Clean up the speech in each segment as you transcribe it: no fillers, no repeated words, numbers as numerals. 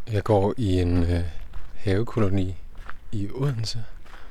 Jeg går i en havekoloni i Odense.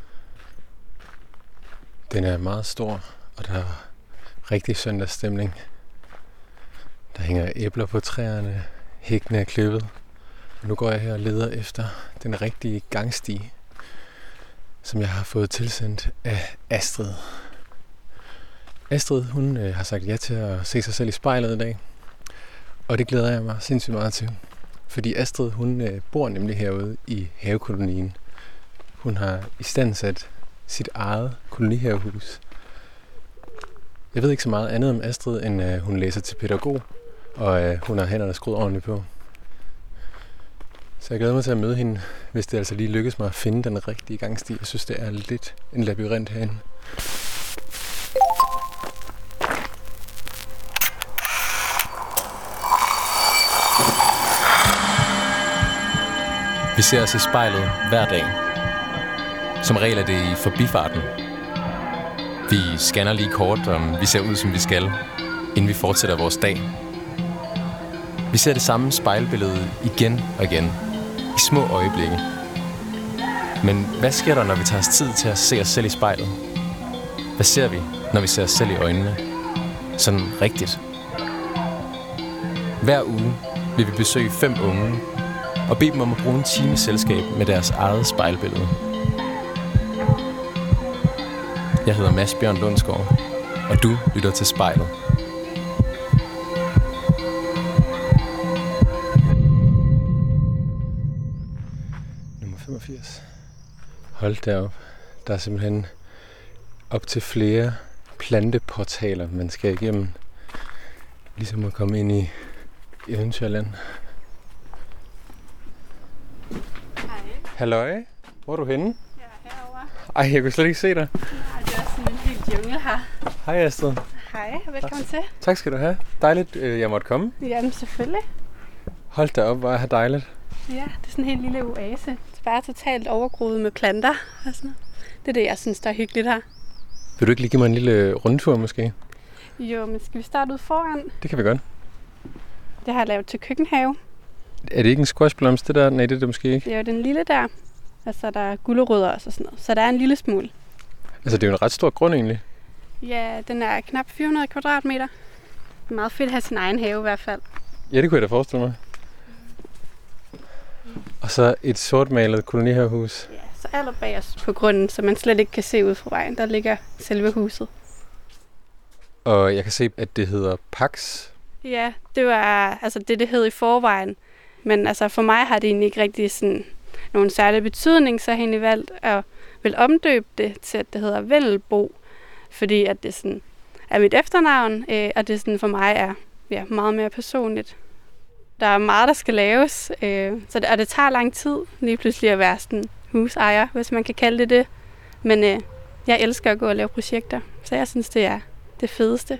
Den er meget stor, og der er rigtig søndagsstemning. Der hænger æbler på træerne, hækkene er klippet. Og nu går jeg her og leder efter den rigtige gangsti, som jeg har fået tilsendt af Astrid. Astrid, hun har sagt ja til at se sig selv i spejlet i dag. Og det glæder jeg mig sindssygt meget til. Fordi Astrid, hun bor nemlig herude i havekolonien. Hun har istandsat sit eget kolonihavehus. Jeg ved ikke så meget andet om Astrid, end hun læser til pædagog, og hun har hænderne skruet ordentligt på. Så jeg glæder mig til at møde hende, hvis det altså lige lykkes mig at finde den rigtige gangsti. Jeg synes, det er lidt en labyrint herinde. Vi ser os i spejlet hver dag. Som regel er det i forbifarten. Vi scanner lige kort, om vi ser ud, som vi skal, inden vi fortsætter vores dag. Vi ser det samme spejlbillede igen og igen, i små øjeblikke. Men hvad sker der, når vi tager os tid til at se os selv i spejlet? Hvad ser vi, når vi ser os selv i øjnene? Sådan rigtigt. Hver uge vil vi besøge 5 unge og bede dem om at bruge en time selskab med deres eget spejlbillede. Jeg hedder Mads Bjørn Lundsgaard, og du lytter til Spejlet. Nummer 85. Hold derop. Der er simpelthen op til flere planteportaler, man skal igennem. Ligesom at komme ind i Eventyrland. Hej. Halløj. Hvor er du henne? Jeg er herovre. Ej, jeg kunne slet ikke se dig. Nej, det er sådan en helt jungle her. Hej Astrid. Hej, velkommen til. Tak skal du have. Dejligt, jeg måtte komme. Jamen selvfølgelig. Hold da op, hvor er her dejligt. Ja, det er sådan en helt lille oase. Det er bare totalt overgroet med planter og sådan noget. Det er det, jeg synes, der er hyggeligt her. Vil du ikke lige give mig en lille rundtur måske? Jo, men skal vi starte ud foran? Det kan vi godt. Det har jeg lavet til køkkenhave. Er det ikke en squashblomst, det der? Nej, det er det måske ikke. Det er jo den lille der. Altså, der er gulerødder og sådan noget. Så der er en lille smule. Altså, det er jo en ret stor grund egentlig. Ja, den er knap 400 kvadratmeter. Det er meget fedt at have sin egen have i hvert fald. Ja, det kunne jeg da forestille mig. Og så et sortmalet kolonihavehus. Ja, så allerbagest på grunden, så man slet ikke kan se ud fra vejen. Der ligger selve huset. Og jeg kan se, at det hedder Pax. Ja, det var altså det hed i forvejen. Men altså for mig har det egentlig ikke rigtig sådan nogen særlig betydning, så jeg har egentlig valgt at vil omdøbe det til, at det hedder Vendelbo. Fordi at det sådan er mit efternavn, og det sådan for mig er meget mere personligt. Der er meget, der skal laves, og det tager lang tid lige pludselig at være sådan husejer, hvis man kan kalde det det. Men jeg elsker at gå og lave projekter, så jeg synes, det er det fedeste.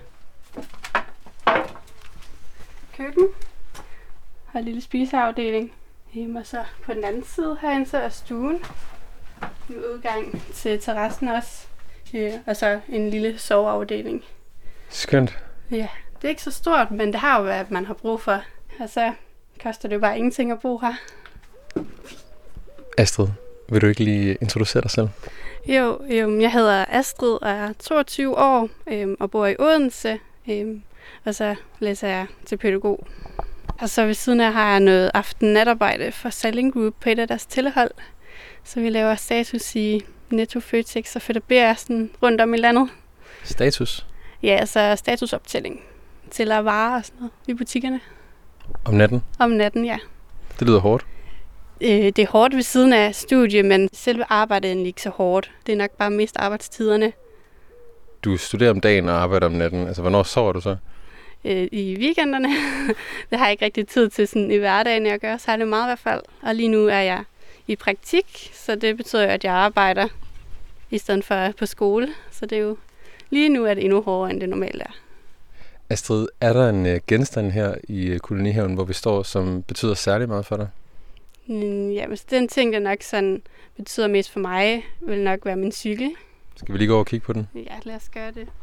Køkken. Har en lille spiseafdeling. Og så på den anden side herinde, så er stuen. En udgang til terrassen også. Og så en lille soveafdeling. Skønt. Ja, det er ikke så stort, men det har jo været, man har brug for. Og så koster det jo bare ingenting at bo her. Astrid, vil du ikke lige introducere dig selv? Jo, jeg hedder Astrid og er 22 år og bor i Odense. Og så læser jeg til pædagog. Og så ved siden af har jeg noget aften-natarbejde for Selling Group på et af deres telehold. Så vi laver status i Netto, Føtex og Føtex sådan rundt om i landet. Status? Ja, altså statusoptælling. Tæller varer og sådan noget i butikkerne. Om natten? Om natten, ja. Det lyder hårdt. Det er hårdt ved siden af studiet, men selve arbejdet er egentlig ikke så hårdt. Det er nok bare mest arbejdstiderne. Du studerer om dagen og arbejder om natten. Altså, hvornår sover du så? I weekenderne. Det har jeg ikke rigtig tid til sådan i hverdagen. Jeg gør særlig meget i hvert fald. Og lige nu er jeg i praktik, så det betyder, at jeg arbejder i stedet for på skole. Så det er jo lige nu er det endnu hårdere, end det normalt er. Astrid, er der en genstand her i kolonihaven, hvor vi står, som betyder særlig meget for dig? Ja, men den ting, der nok sådan betyder mest for mig, vil nok være min cykel. Skal vi lige gå over og kigge på den? Ja, lad os gøre det.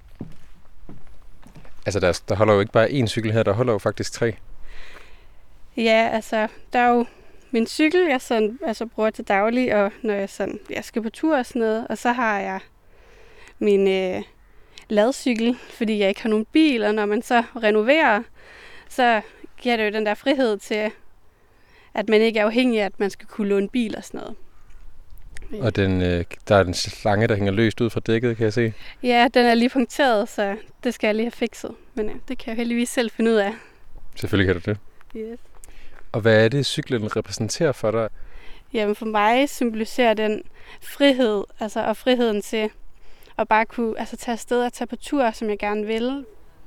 Altså, der holder jo ikke bare én cykel her, der holder jo faktisk 3. Ja, altså, der er jo min cykel, jeg sådan, bruger til daglig, og når jeg skal på tur og sådan noget, og så har jeg min ladcykel, fordi jeg ikke har nogen bil, og når man så renoverer, så giver det jo den der frihed til, at man ikke er afhængig af, at man skal kunne låne bil og sådan noget. Og der er en slange, der hænger løst ud fra dækket, kan jeg se. Ja, den er lige punkteret, så det skal jeg lige have fikset. Men det kan jeg heldigvis selv finde ud af. Selvfølgelig kan du det. Yes. Og hvad er det, cyklen repræsenterer for dig? Jamen for mig symboliserer den frihed, og friheden til at bare kunne tage afsted og tage på tur, som jeg gerne vil.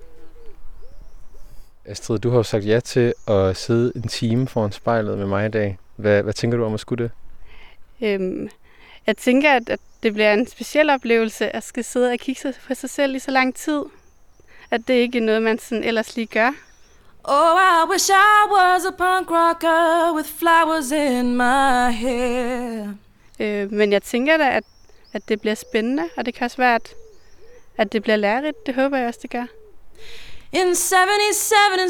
Astrid, du har jo sagt ja til at sidde en time foran spejlet med mig i dag. Hvad tænker du om at skulle det? Jeg tænker, at det bliver en speciel oplevelse at skal sidde og kigge på sig selv i så lang tid. At det ikke er noget, man sådan ellers lige gør. Oh, I wish I was a punk rocker with flowers in my hair. Men jeg tænker da, at det bliver spændende, og det kan også være, at det bliver lærerigt. Det håber jeg også, det gør. In 77 and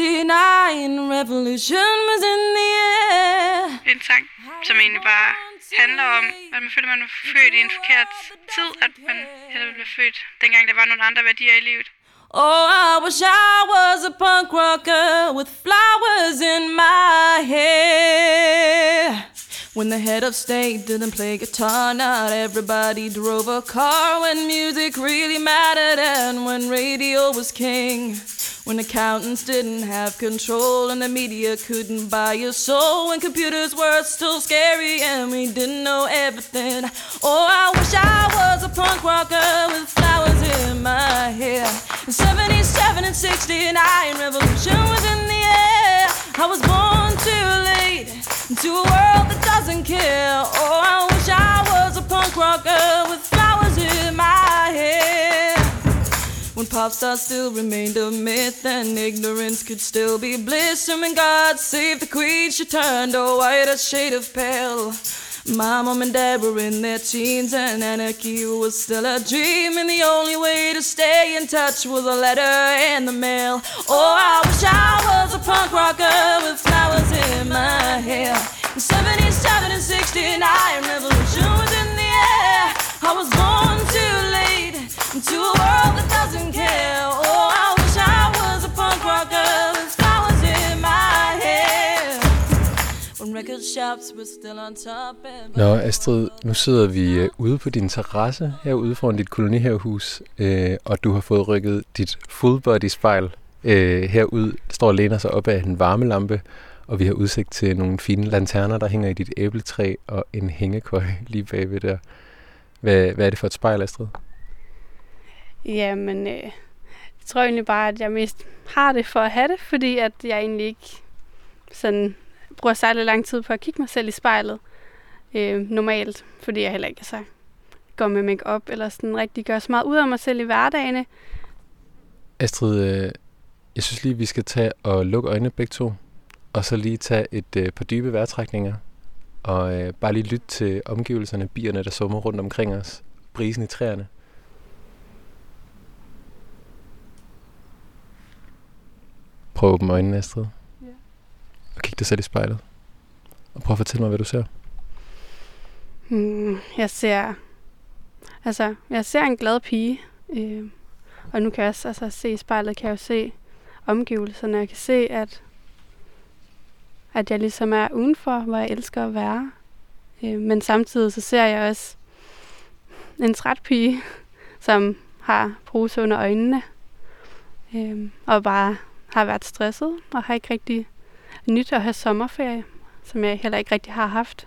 69, revolution was in the air. En sang, som egentlig bare handler om, at man føler, at man er født i en forkert tid, at man heller blev født, dengang der var nogle andre værdier i livet. Oh, I wish I was a punk rocker with flowers in my hair. When the head of state didn't play guitar, not everybody drove a car. When music really mattered and when radio was king. When accountants didn't have control and the media couldn't buy your soul. When computers were still scary and we didn't know everything. Oh, I wish I was a punk rocker with flowers in my hair. In 77 and 69, revolution was in the air. I was born too late into a world that doesn't care. Oh, I wish I was a punk rocker with flowers in my hair. When pop stars still remained a myth and ignorance could still be bliss. And when God save the queen, she turned a whiter shade of pale. My mom and dad were in their teens and anarchy was still a dream. And the only way to stay in touch was a letter in the mail. Oh, I wish I was a punk rocker with flowers in my hair. In 77 and 69, revolution was in the air. I was born too late into a world that doesn't care. Oh, I wish I was a punk rocker with flowers in my hair. When record shops were still on top. Nå, Astrid, nu sidder vi ude på din terrasse herude foran dit kolonihavehus, og du har fået rykket dit full body spejl herud, står og læner sig op af en varmelampe, og vi har udsigt til nogle fine lanterner, der hænger i dit æbletræ, og en hængekøje lige bagved der. Hvad er det for et spejl, Astrid? Jamen, jeg tror egentlig bare, at jeg mest har det for at have det, fordi at jeg egentlig ikke sådan bruger særlig lang tid på at kigge mig selv i spejlet normalt, fordi jeg heller ikke går med make-up eller sådan rigtig gør så meget ud af mig selv i hverdagene. Astrid, jeg synes lige, vi skal tage og lukke øjnene begge to, og så lige tage et par dybe vejrtrækninger, og bare lige lytte til omgivelserne, bierne, der summer rundt omkring os, brisen i træerne. Prøv at åbne øjnene, Astrid. Ja. Og kig dig selv i spejlet. Og prøv at fortælle mig, hvad du ser. Jeg ser en glad pige. Og nu kan jeg også se i spejlet, kan jeg jo se omgivelserne. Jeg kan se, at jeg ligesom er udenfor, hvor jeg elsker at være. Men samtidig så ser jeg også en træt pige, som har bruse under øjnene. Og bare har været stresset, og har ikke rigtig nyt at have sommerferie, som jeg heller ikke rigtig har haft.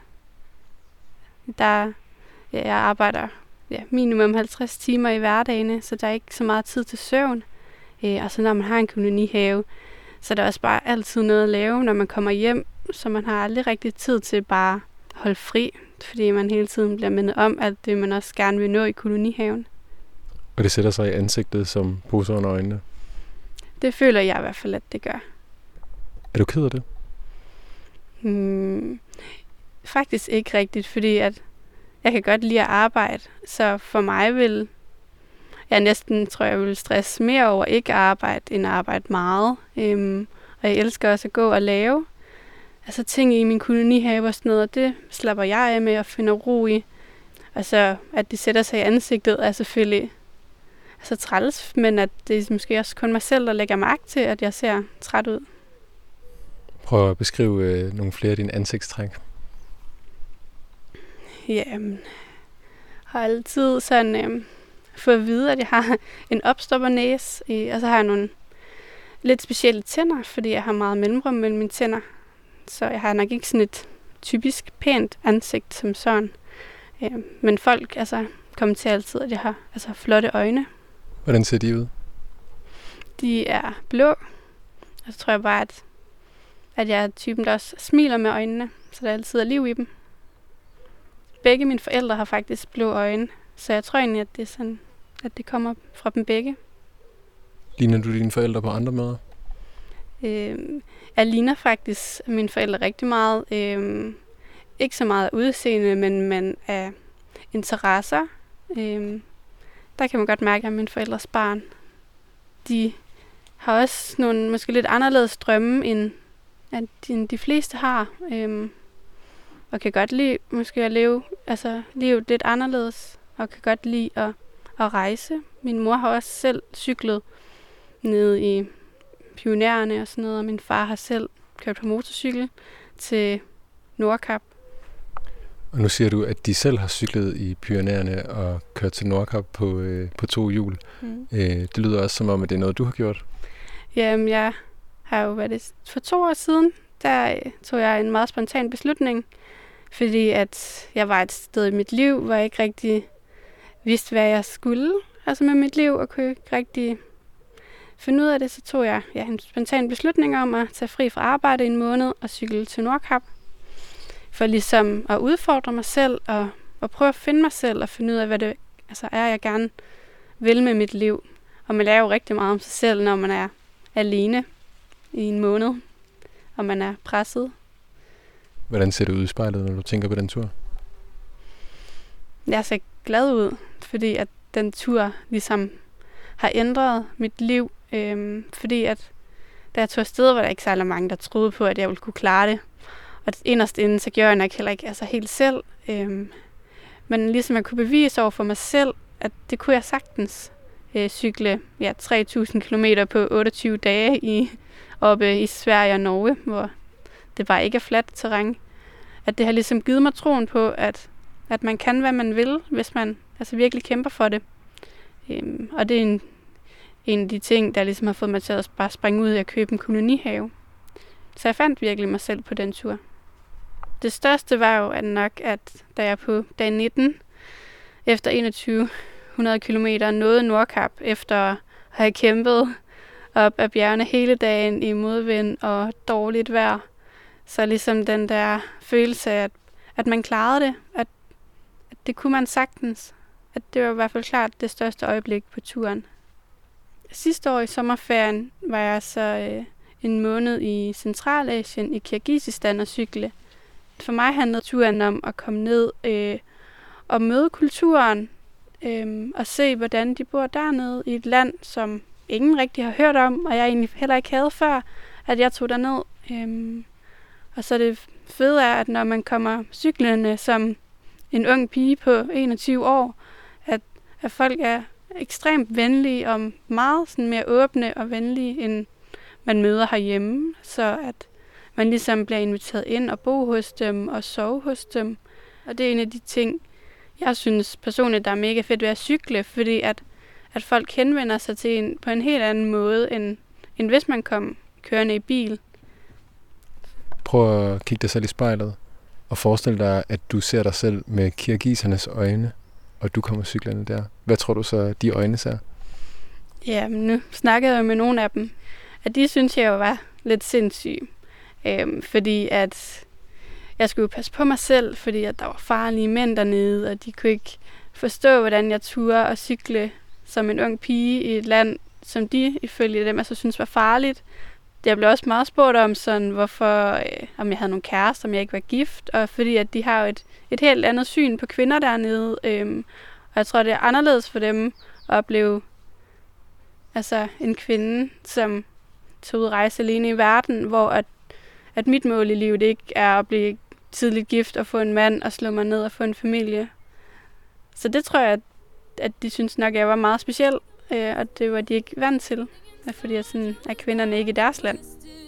Jeg arbejder minimum 50 timer i hverdagene, så der er ikke så meget tid til søvn. Og så når man har en kolonihave, så er der også bare altid noget at lave, når man kommer hjem, så man har aldrig rigtig tid til bare at holde fri, fordi man hele tiden bliver mindet om alt det, man også gerne vil nå i kolonihaven. Og det sætter sig i ansigtet som poser under øjnene? Det føler jeg i hvert fald, at det gør. Er du ked af det? Faktisk ikke rigtigt, fordi at jeg kan godt lide at arbejde, så for mig vil jeg næsten, tror jeg, vil stresse mere over ikke at arbejde, end at arbejde meget. Og jeg elsker også at gå og lave, altså ting i min kolonihave og sådan noget, og det slapper jeg af med og finder ro i. Altså, at de sætter sig i ansigtet er selvfølgelig altså træls, men at det er måske også kun mig selv, der lægger mærke til, at jeg ser træt ud. Prøv at beskrive nogle flere af dine ansigtstræk. Ja, jeg har altid sådan fået at vide, at jeg har en opstoppernæse, og så har jeg nogle lidt specielle tænder, fordi jeg har meget mellemrum mellem mine tænder. Så jeg har nok ikke sådan et typisk pænt ansigt som sådan. Men folk kommenterer altid, at jeg har flotte øjne. Hvordan ser de ud? De er blå. Og så tror jeg bare, at jeg er typen, der også smiler med øjnene, så der altid er liv i dem. Begge mine forældre har faktisk blå øjne, så jeg tror egentlig, at det er sådan, at det kommer fra dem begge. Ligner du dine forældre på andre måder? Jeg ligner faktisk mine forældre rigtig meget. Ikke så meget af udseende, men af interesser. Der kan man godt mærke, at mine forældres barn. De har også nogle måske lidt anderledes drømme, end de fleste har. Og kan godt lide måske at leve livet lidt anderledes. Og kan godt lide at rejse. Min mor har også selv cyklet ned i Pionerne og sådan noget, og min far har selv kørt på motorcykel til Nordkap. Og nu siger du, at de selv har cyklet i Pyrenæerne og kørt til Nordkap på 2 hjul. Det lyder også som om, at det er noget, du har gjort. Jamen, jeg har jo for 2 år siden, der tog jeg en meget spontan beslutning, fordi at jeg var et sted i mit liv, hvor jeg ikke rigtig vidste, hvad jeg skulle med mit liv, og kunne ikke rigtig finde ud af det. Så tog jeg en spontan beslutning om at tage fri fra arbejde i en måned og cykle til Nordkap. For ligesom at udfordre mig selv og prøve at finde mig selv og finde ud af, hvad det er, jeg gerne vil med mit liv. Og man lærer jo rigtig meget om sig selv, når man er alene i en måned, og man er presset. Hvordan ser det ud i spejlet, når du tænker på den tur? Jeg ser glad ud, fordi at den tur ligesom har ændret mit liv. Fordi at da jeg tog afsted, var der ikke særlig mange, der troede på, at jeg ville kunne klare det. Og inderst inden, så gjorde jeg nok heller ikke helt selv. Men ligesom jeg kunne bevise over for mig selv, at det kunne jeg sagtens cykle 3.000 kilometer på 28 dage oppe i Sverige og Norge, hvor det bare ikke er fladt terræn. At det har ligesom givet mig troen på, at man kan, hvad man vil, hvis man virkelig kæmper for det. Og det er en af de ting, der ligesom har fået mig til at bare springe ud og købe en kolonihave. Så jeg fandt virkelig mig selv på den tur. Det største var jo at da jeg på dag 19, efter 2100 kilometer, nåede Nordkap, efter at have kæmpet op ad bjergene hele dagen i modvind og dårligt vejr. Så ligesom den der følelse af, at man klarede det, at det kunne man sagtens. At det var i hvert fald klart det største øjeblik på turen. Sidste år i sommerferien var jeg så en måned i Centralasien, i Kirgisistan og cykle. For mig handlede turen om at komme ned og møde kulturen og se, hvordan de bor dernede i et land, som ingen rigtig har hørt om, og jeg egentlig heller ikke havde før, at jeg tog derned. Og så det fede er, at når man kommer cyklende som en ung pige på 21 år, at folk er ekstremt venlige og meget sådan mere åbne og venlige, end man møder herhjemme. Så at man ligesom bliver inviteret ind og bo hos dem og sove hos dem. Og det er en af de ting, jeg synes personligt, der er mega fedt ved at cykle, fordi at folk henvender sig til en på en helt anden måde, end hvis man kom kørende i bil. Prøv at kigge dig selv i spejlet og forestil dig, at du ser dig selv med kirgisernes øjne, og du kommer cyklerne der. Hvad tror du så, de øjne ser? Ja, men nu snakkede jeg med nogle af dem, at de synes jeg jo var lidt sindssyge. Fordi at jeg skulle passe på mig selv, fordi at der var farlige mænd dernede, og de kunne ikke forstå, hvordan jeg turde at cykle som en ung pige i et land, som de ifølge dem synes var farligt. Jeg blev også meget spurgt om, sådan, hvorfor, om jeg havde nogle kærester, om jeg ikke var gift, og fordi at de har jo et helt andet syn på kvinder dernede. Og jeg tror, det er anderledes for dem at opleve en kvinde, som tog ud rejse alene i verden, hvor at mit mål i livet ikke er at blive tidligt gift og få en mand og slå mig ned og få en familie. Så det tror jeg, at de synes nok, at jeg var meget speciel, og det var de ikke vant til, fordi at sådan er kvinderne ikke i deres land.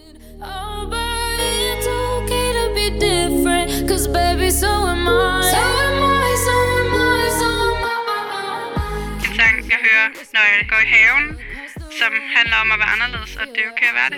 En sang, jeg hører, når jeg går i haven, som handler om at være anderledes, og det er okay at være det.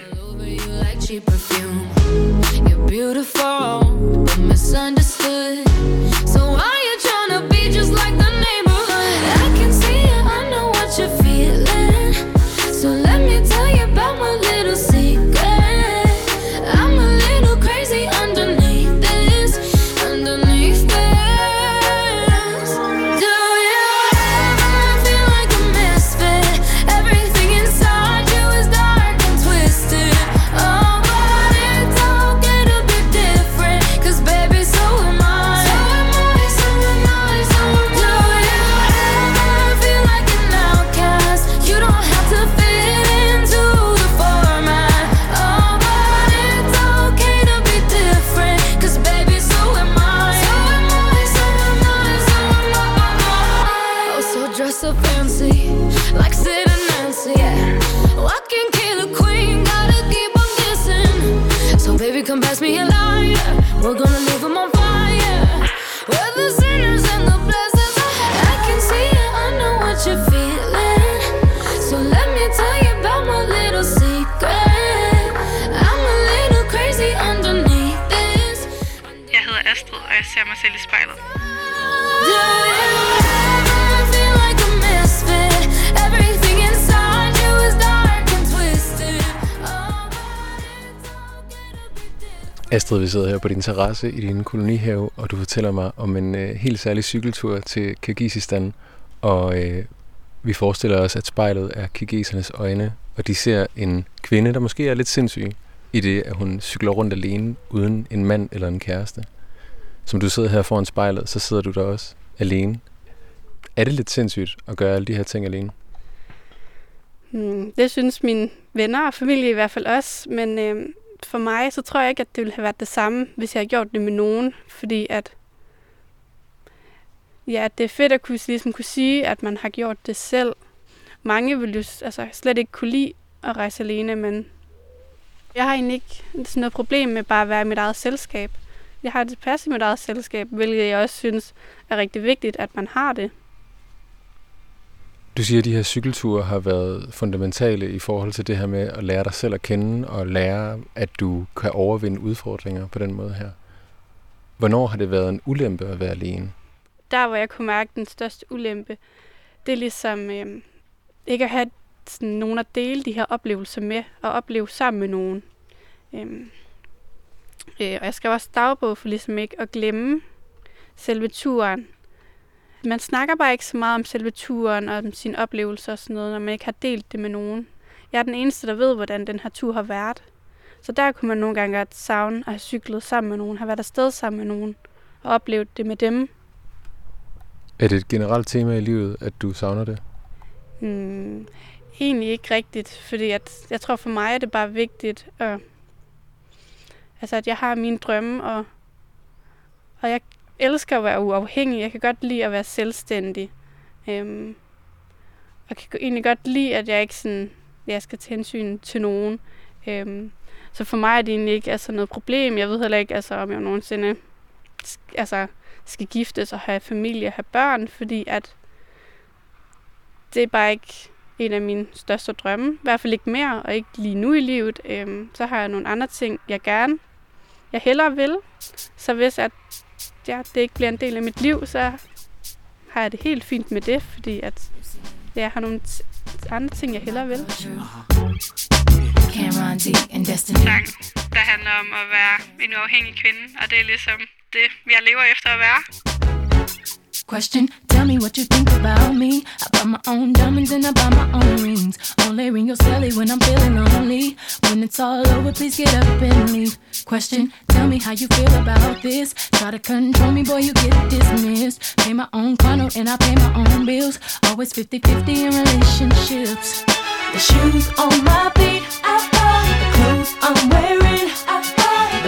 Beautiful, but misunderstood. So why you tryna be just like the neighborhood? I can see it, I know what you're feeling. So let me tell you about my little secret. I'm a little crazy underneath this, underneath this. Do you ever feel like a misfit? Everything inside you is dark and twisted. Oh, but it's okay to be different, 'cause baby, so am I. So am I, so am I, so am I. Do you ever feel like an outcast? You don't have to fit into the format. Oh, but it's okay to be different, 'cause baby, so am I. So am I, so am I, so am I. Oh, so dress so fancy, like Sid and Nancy, yeah. Walking killer queen, gotta keep on kissing. So baby, come pass me a lighter, we're gonna leave them on fire. We're the sinners and the blessings. I can see it, I know what you're feeling. So let me tell you about my little secret. I'm a little crazy underneath this. Jeg hedder Astrid, og jeg ser mig selv i spejlet. Do you ever feel like a misfit? Everything inside you is dark and twisted. Oh, but it's okay to be different. Astrid, vi sidder her på din terrasse i din kolonihave, og du fortæller mig om en helt særlig cykeltur til Kirgisistan. Og vi forestiller os, at spejlet er kirgisernes øjne, og de ser en kvinde, der måske er lidt sindssyg, i det, at hun cykler rundt alene, uden en mand eller en kæreste. Som du sidder her foran spejlet, så sidder du der også alene. Er det lidt sindssygt at gøre alle de her ting alene? Det synes mine venner og familie i hvert fald også, men for mig, så tror jeg ikke, at det ville have været det samme, hvis jeg havde gjort det med nogen, fordi at det er fedt at kunne sige, at man har gjort det selv. Mange vil jo slet ikke kunne lide at rejse alene, men jeg har egentlig ikke sådan noget problem med bare at være i mit eget selskab. Jeg har det passe i mit eget selskab, hvilket jeg også synes er rigtig vigtigt, at man har det. Du siger, at de her cykelture har været fundamentale i forhold til det her med at lære dig selv at kende og lære, at du kan overvinde udfordringer på den måde her. Hvornår har det været en ulempe at være alene? Der, hvor jeg kunne mærke den største ulempe, det er ligesom ikke at have sådan, nogen at dele de her oplevelser med, og opleve sammen med nogen. Og jeg skrev også dagbog for ligesom ikke at glemme selve turen. Man snakker bare ikke så meget om selve turen og om sine oplevelser og sådan noget, når man ikke har delt det med nogen. Jeg er den eneste, der ved, hvordan den her tur har været. Så der kunne man nogle gange godt savne at have cyklet sammen med nogen, have været afsted sammen med nogen og oplevet det med dem. Er det et generelt tema i livet, at du savner det? Egentlig ikke rigtigt, fordi jeg tror for mig er det bare vigtigt, at jeg har mine drømme, og jeg elsker at være uafhængig. Jeg kan godt lide at være selvstændig. Og jeg kan egentlig godt lide, at jeg ikke jeg skal tage hensyn til nogen. Så for mig er det egentlig ikke noget problem. Jeg ved heller ikke, om jeg nogensinde skal giftes og have familie og have børn, fordi at det er bare ikke en af mine største drømme. I hvert fald ikke mere, og ikke lige nu i livet. Så har jeg nogle andre ting, jeg hellere vil. Så hvis det ikke bliver en del af mit liv, så har jeg det helt fint med det, fordi at jeg har nogle andre ting, jeg hellere vil. Sang, der handler om at være en uafhængig kvinde, og det er ligesom det, jeg lever efter at være. Question, tell me what you think about me. I buy my own diamonds and I buy my own rings. Only ring your celly when I'm feeling lonely. When it's all over, please get up and leave. Question, tell me how you feel about this. Try to control me, boy, you get dismissed. Pay my own condo and I pay my own bills. Always 50-50 in relationships. The shoes on my feet, I buy. The clothes I'm wearing, I buy.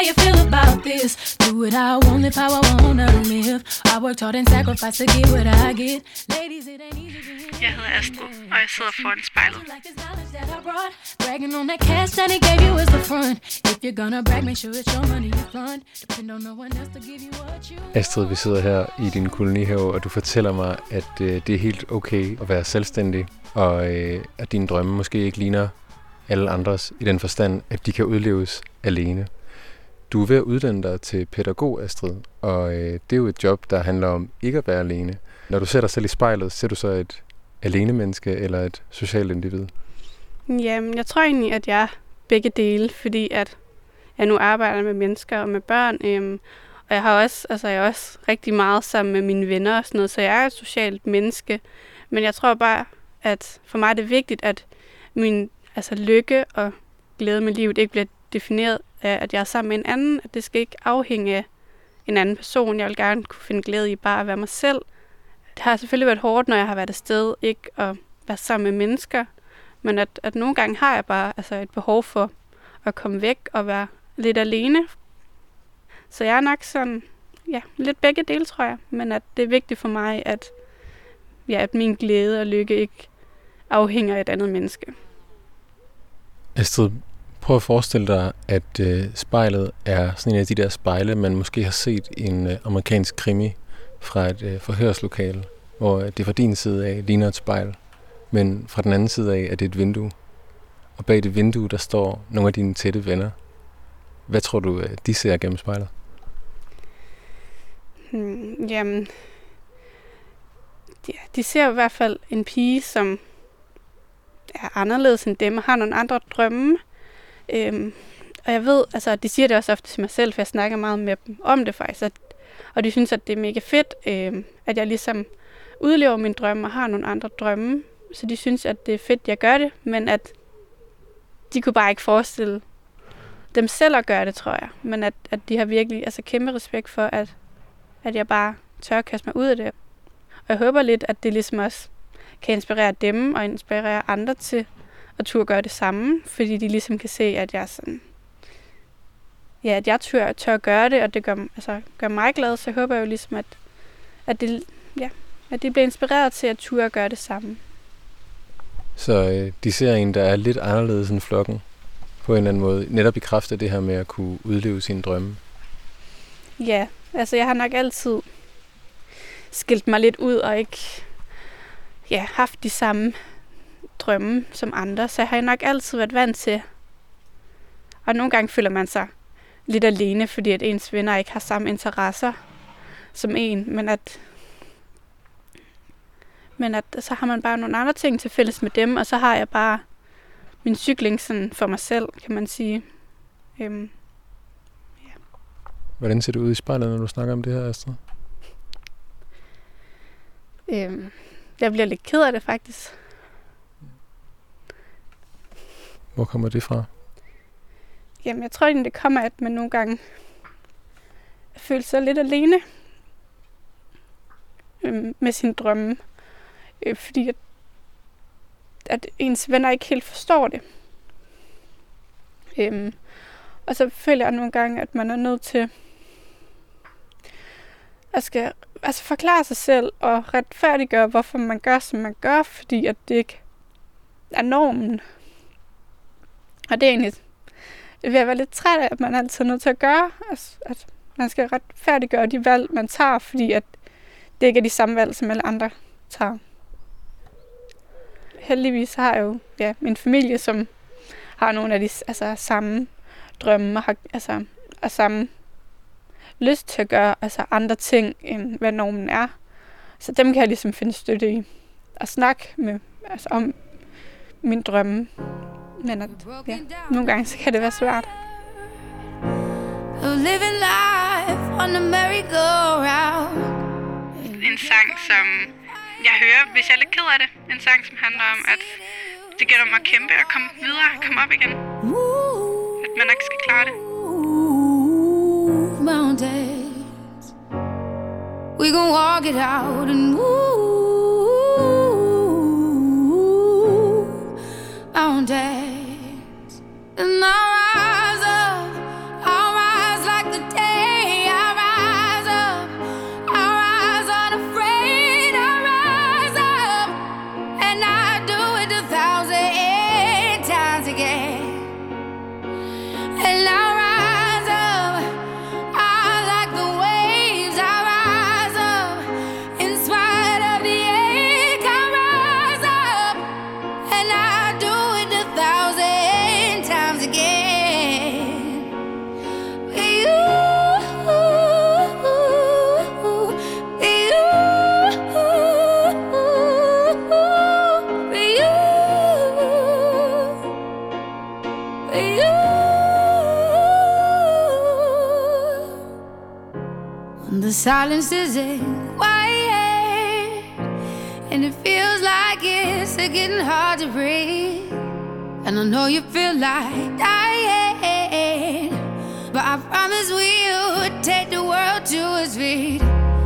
you feel about this. Do it how I want, live how I wanna live. I worked hard and sacrificed to get what I get. Ladies, it ain't easy. Jeg hedder Astrid, og jeg sidder foran spejlet. Bragging on that cash that he gave you is the front. If you're gonna brag, make sure it's your money you fund. Depend on no one else to give you what you want. Astrid, vi sidder her i din kolonihave, og du fortæller mig, at det er helt okay at være selvstændig, og at dine drømme måske ikke ligner alle andres i den forstand, at de kan udleves alene. Du er ved at uddanne dig til pædagog, Astrid, og det er jo et job, der handler om ikke at være alene. Når du ser dig selv i spejlet, ser du så et alene menneske eller et socialt individ? Jamen, jeg tror egentlig, at jeg er begge dele, fordi at jeg nu arbejder med mennesker og med børn, og jeg er også rigtig meget sammen med mine venner og sådan noget, så jeg er et socialt menneske. Men jeg tror bare, at for mig er det vigtigt, at min lykke og glæde med livet ikke bliver defineret af, at jeg er sammen med en anden. At det skal ikke afhænge af en anden person. Jeg vil gerne kunne finde glæde i bare at være mig selv. Det har selvfølgelig været hårdt, når jeg har været afsted, ikke at være sammen med mennesker. Men at nogle gange har jeg bare et behov for at komme væk og være lidt alene. Så jeg er nok sådan, lidt begge dele, tror jeg. Men at det er vigtigt for mig, at min glæde og lykke ikke afhænger af et andet menneske. Astrid, prøv at forestille dig, at spejlet er sådan en af de der spejle, man måske har set i en amerikansk krimi fra et forhørslokale, hvor det fra din side af ligner et spejl, men fra den anden side af er det et vindue. Og bag det vindue, der står nogle af dine tætte venner. Hvad tror du, de ser gennem spejlet? Jamen, de ser i hvert fald en pige, som er anderledes end dem og har nogle andre drømme. Og jeg ved, de siger det også ofte til mig selv, for jeg snakker meget med dem om det faktisk. Og de synes, at det er mega fedt, at jeg ligesom udlever mine drømme og har nogle andre drømme. Så de synes, at det er fedt, at jeg gør det, men at de kunne bare ikke forestille dem selv at gøre det, tror jeg. Men at de har virkelig kæmpe respekt for, at jeg bare tør at kaste mig ud af det. Og jeg håber lidt, at det ligesom også kan inspirere dem og inspirere andre til at turde gøre det samme, fordi de ligesom kan se, at jeg sådan, at jeg tør gøre det, og det gør mig glad, så jeg håber jo ligesom, at de bliver inspireret til at turde gøre det samme. Så de ser en, der er lidt anderledes end flokken, på en eller anden måde, netop i kraft af det her med at kunne udleve sine drømme? Ja, jeg har nok altid skilt mig lidt ud og ikke haft de samme drømme som andre, så jeg har nok altid været vant til. Og nogle gange føler man sig lidt alene, fordi at ens venner ikke har samme interesser som en, men at så har man bare nogle andre ting til fælles med dem, og så har jeg bare min cykling sådan for mig selv, kan man sige. Hvordan ser det ud i spejlet, når du snakker om det her, Astrid? Jeg bliver lidt ked af det, faktisk. Hvor kommer det fra? Jamen, jeg tror egentlig, det kommer, at man nogle gange føler sig lidt alene med sine drømme. Fordi at ens venner ikke helt forstår det. Og så føler jeg nogle gange, at man er nødt til at skal forklare sig selv og retfærdiggøre, hvorfor man gør, som man gør, fordi at det ikke er normen. Og det er egentlig ved at være lidt træt af, at man altid er nødt til at gøre, at man skal retfærdiggøre de valg, man tager, fordi at det ikke er de samme valg, som alle andre tager. Heldigvis har jeg jo min familie, som har nogle af de samme drømme og samme lyst til at gøre andre ting, end hvad normen er. Så dem kan jeg ligesom finde støtte i. At snakke med, om min drømme. Men at, nogle gange så kan det være svært. Living life on the merry-go-round. En sang, som jeg hører, hvis jeg er lidt ked af det. En sang, som handler om, at det gælder om at kæmpe og komme videre, komme op igen. At man ikke skal klare det. Mountains, we gon' walk it out and move mountains, and I'll rise The silence isn't quiet, and it feels like it's getting hard to breathe. And I know you feel like dying, but I promise we'll take the world to its feet.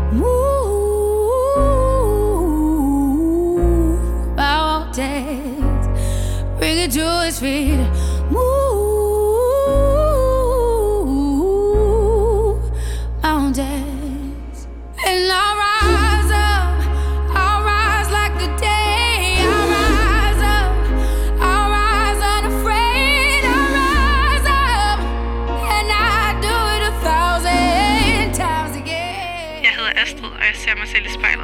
Move mountains, bring it to its feet. Move mountains, and I'll rise up, I'll rise like the day. I'll rise up, I'll rise unafraid. I'll rise up, and I do it 1,000 times again. Jeg hedder Astrid, og jeg ser mig selv i spejlet.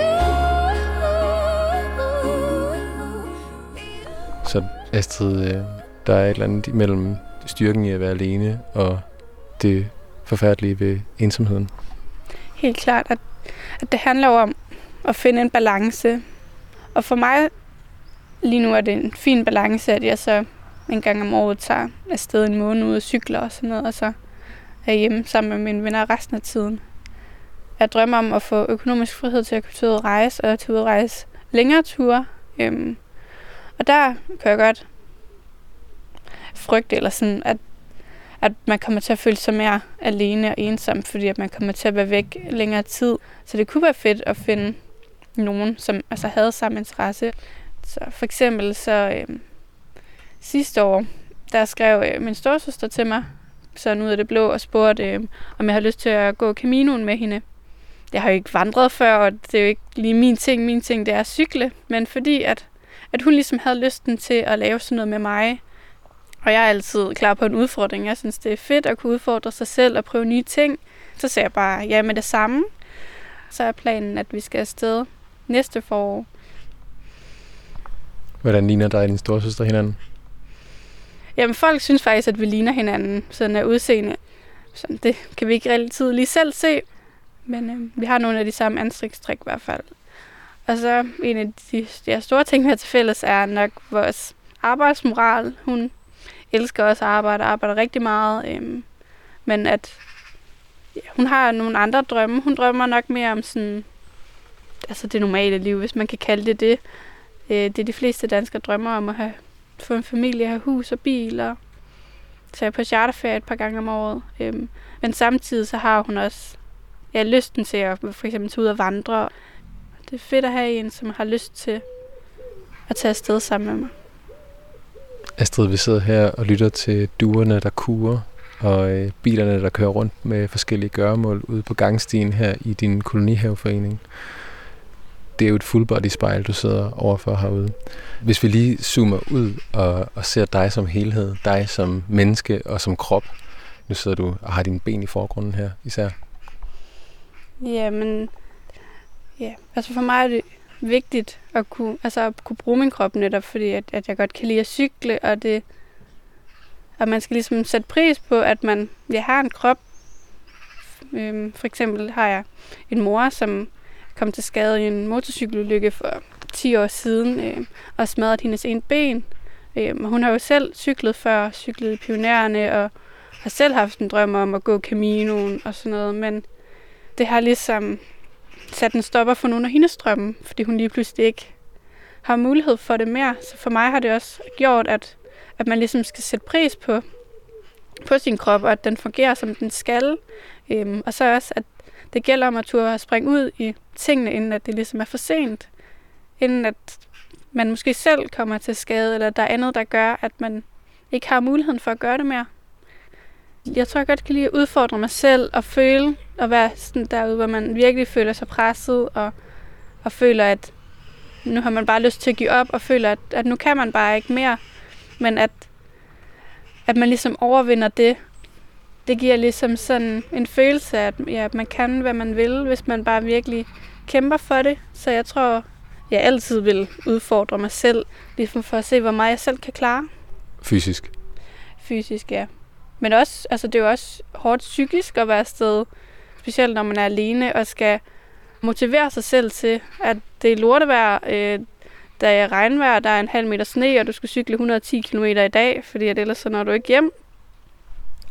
Så Astrid, der er et eller andet imellem styrken i at være alene og det forfærdelige ved ensomheden. Helt klart, at det handler om at finde en balance. Og for mig lige nu er det en fin balance, at jeg så en gang om året tager afsted en måned ud og cykler og sådan noget, og så er hjemme sammen med mine venner resten af tiden. Jeg drømmer om at få økonomisk frihed til at kunne tage ud og rejse, og til at rejse længere ture. Og der kan jeg godt frygte, eller sådan, at man kommer til at føle sig mere alene og ensom, fordi at man kommer til at være væk længere tid. Så det kunne være fedt at finde nogen, som altså havde samme interesse. Så for eksempel så sidste år, der skrev min storesøster til mig, sådan ud af det blå, og spurgte, om jeg havde lyst til at gå Caminoen med hende. Jeg har jo ikke vandret før, og det er jo ikke lige min ting. Min ting, det er at cykle, men fordi at hun ligesom havde lysten til at lave sådan noget med mig. Og jeg er altid klar på en udfordring. Jeg synes, det er fedt at kunne udfordre sig selv og prøve nye ting. Så siger jeg bare ja med det samme. Så er planen, at vi skal afsted næste forår. Hvordan ligner dig og din storesøster hinanden? Jamen, folk synes faktisk, at vi ligner hinanden, sådan af udseende. Sådan, det kan vi ikke altid lige selv se. Men vi har nogle af de samme ansigtstræk i hvert fald. Og så en af de store ting, vi har til fælles, er nok vores arbejdsmoral. Hun elsker også at arbejder rigtig meget. Men at hun har nogle andre drømme. Hun drømmer nok mere om sådan, altså det normale liv, hvis man kan kalde det det. Det er de fleste danskere drømmer om at få en familie, have hus og bil og tage på charterferie et par gange om året. Men samtidig så har hun også lysten til at for eksempel tage ud og vandre. Det er fedt at have en, som har lyst til at tage afsted sammen med mig. Astrid, vi sidder her og lytter til duerne, der kurer, og bilerne, der kører rundt med forskellige gøremål ude på gangstien her i din kolonihaveforening. Det er jo et fullbody-spejl, du sidder overfor herude. Hvis vi lige zoomer ud og ser dig som helhed, dig som menneske og som krop. Nu sidder du og har dine ben i forgrunden her især. Jamen, altså for mig er det vigtigt at kunne bruge min krop netop, fordi at jeg godt kan lide at cykle, og at man skal ligesom sætte pris på, at jeg har en krop. For eksempel har jeg en mor, som kom til skade i en motorcykelulykke for 10 år siden, og smadret hendes ene ben. Hun har jo selv cyklet før, cyklet i Pionererne, og har selv haft en drøm om at gå Caminoen og sådan noget, men det har ligesom sat en stopper for nogle af hendes drømme, fordi hun lige pludselig ikke har mulighed for det mere. Så for mig har det også gjort, at man ligesom skal sætte pris på sin krop, og at den fungerer, som den skal. Og så også, at det gælder om at turde springe ud i tingene, inden at det ligesom er for sent. Inden at man måske selv kommer til skade, eller der er andet, der gør, at man ikke har muligheden for at gøre det mere. Jeg tror, jeg godt kan lide at udfordre mig selv og føle, og være sådan derude, hvor man virkelig føler sig presset, og føler, at nu har man bare lyst til at give op, og føler, at nu kan man bare ikke mere. Men at man ligesom overvinder det. Det giver ligesom sådan en følelse af, at man kan, hvad man vil, hvis man bare virkelig kæmper for det. Så jeg tror, jeg altid vil udfordre mig selv, ligesom for at se, hvor meget jeg selv kan klare. Fysisk? Fysisk, ja. Men også, altså det er jo også hårdt psykisk at være afsted, specielt når man er alene og skal motivere sig selv til, at det er lortevejr, der er regnvejr, der er en halv meter sne, og du skal cykle 110 km i dag, fordi ellers så når du ikke hjem.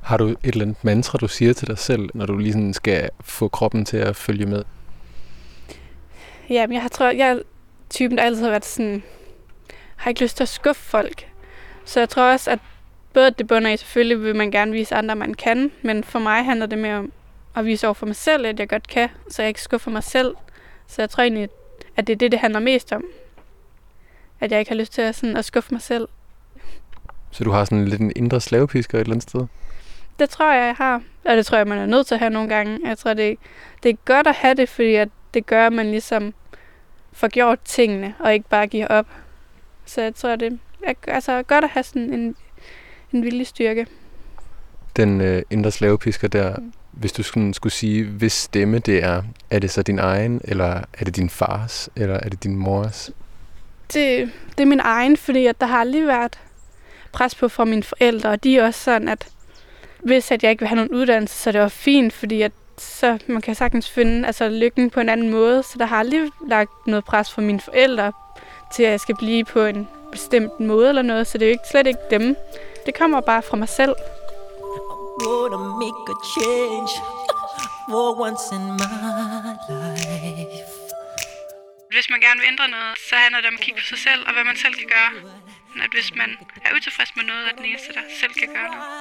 Har du et eller andet mantra, du siger til dig selv, når du lige sådan skal få kroppen til at følge med? Jamen, jeg er typen, der altid har været sådan, har ikke lyst til at skuffe folk. Så jeg tror også, at både det bunder i, selvfølgelig vil man gerne vise andre, man kan, men for mig handler det mere om at vise over for mig selv, at jeg godt kan, så jeg ikke skuffer mig selv. Så jeg tror egentlig, at det er det handler mest om. At jeg ikke har lyst til at skuffe mig selv. Så du har sådan lidt en indre slavepisker et eller andet sted? Det tror jeg har. Og det tror jeg, man er nødt til at have nogle gange. Jeg tror, det er godt at have det, fordi at det gør, at man ligesom får gjort tingene, og ikke bare giver op. Så jeg tror, det er godt at have sådan en viljestyrke. Den indre slavepisker der, hvis du skulle sige, hvis stemme det er det så din egen, eller er det din fars, eller er det din mors? Det er min egen, fordi at der har aldrig været pres på fra mine forældre, og de er også sådan, at hvis at jeg ikke vil have nogen uddannelse, så er det også fint, fordi at så man kan sagtens finde lykken på en anden måde, så der har aldrig lagt noget pres fra mine forældre til, at jeg skal blive på en bestemt måde eller noget, så det er jo slet ikke dem. Det kommer bare fra mig selv. Make a change for once in my life. Hvis man gerne vil ændre noget, så handler det om at kigge på sig selv og hvad man selv kan gøre. At hvis man er utilfreds med noget, er den eneste, der selv kan gøre noget.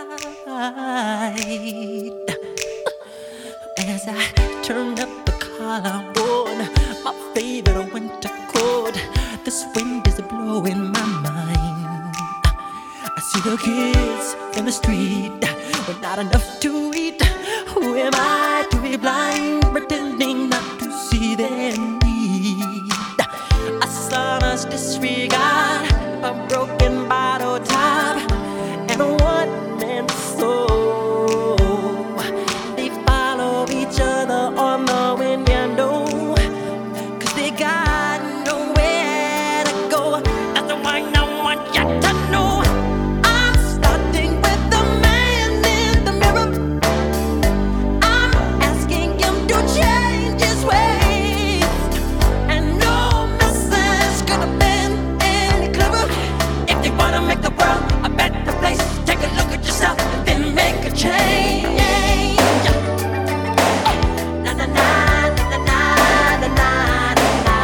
As I turn up the collarbone, my favorite winter coat, this wind is blowing my mind. I see the kids in the street with not enough to eat. Who am I to be blind, pretending not to see their need? A son's disregard, a broken bottle top, and a one-man soul. They follow each other on the window, 'cause they got nowhere to go. That's the one I want you to know. I'm starting with the man in the mirror. I'm asking him to change his ways, and no message could have been any clearer. If you wanna make the world a better place, take a look at yourself and then make a change. Na na na na na na na na.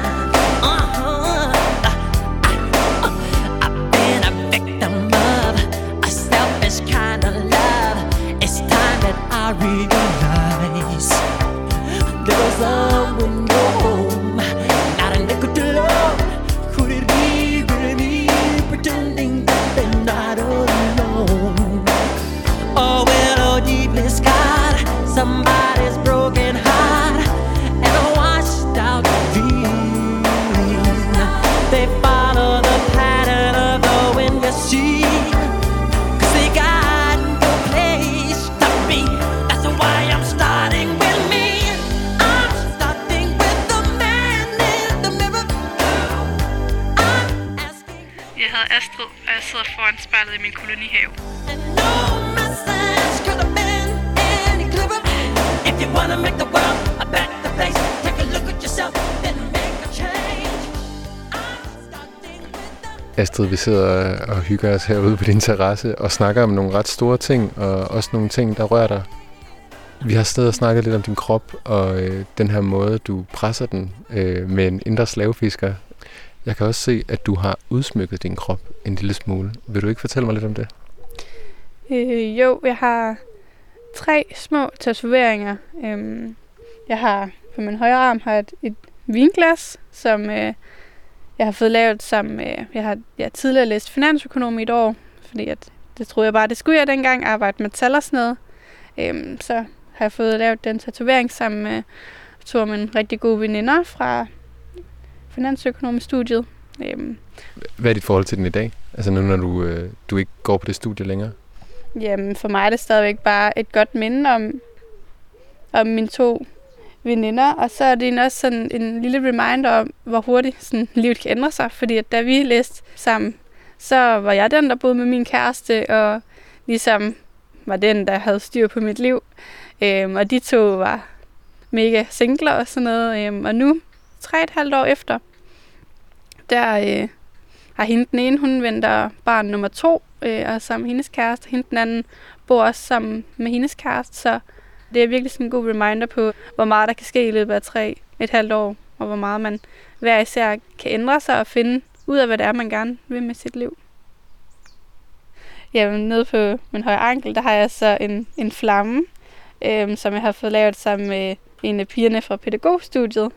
I've been a victim of a selfish kind of love. It's time that I realize there was someone home, not a nickel to love. Could it be really me pretending that they're not alone? Oh, well, oh, deeply scarred, somebody's broken heart and a washed out dream. They follow the pattern of the wind you see, 'cause they got no place to be. That's why I'm starting with me. I'm starting with the man in the mirror. I'm asking, Jeg hedder Astrid, og jeg sidder foran spejlet i min kolonihave. and no message could have been any clearer. If you wanna make the world a better place, take a look at yourself, then make a change. I'm starting with the Astrid, vi sidder og hygger os herude på din terrasse og snakker om nogle ret store ting, og også nogle ting, der rører dig. Vi har stadig snakket lidt om din krop, og den her måde, du presser den med en indre slavefisker. Jeg kan også se, at du har udsmykket din krop en lille smule. Vil du ikke fortælle mig lidt om det? Jo, jeg har 3 små tatoveringer. Jeg har på min højre arm har et vinglas, som jeg har fået lavet sammen med... Jeg har tidligere læst finansøkonom i et år, fordi det troede jeg bare, det skulle jeg dengang, arbejde med tal og sådan noget. Så har jeg fået lavet den tatovering sammen med 2 af mine rigtig gode veninder fra finansøkonomstudiet. Hvad er dit forhold til den i dag? Altså nu, når du ikke går på det studie længere? Jamen, for mig er det stadigvæk bare et godt minde om mine 2 veninder, og så er det også sådan en lille reminder om, hvor hurtigt sådan, livet kan ændre sig, fordi at da vi læste sammen, så var jeg den, der boede med min kæreste, og ligesom var den, der havde styr på mit liv, og de 2 var mega singler og sådan noget, og nu, 3,5 år efter, der har hende den ene, hun venter barn nummer 2, og sammen med hendes kæreste. Hende den anden bor også sammen med hendes kæreste, så det er virkelig sådan en god reminder på, hvor meget der kan ske i løbet af 3,5 år, og hvor meget man hver især kan ændre sig og finde ud af, hvad det er, man gerne vil med sit liv. Ja, nede på min højre ankel, der har jeg så en flamme, som jeg har fået lavet sammen med en af pigerne fra pædagogstudiet.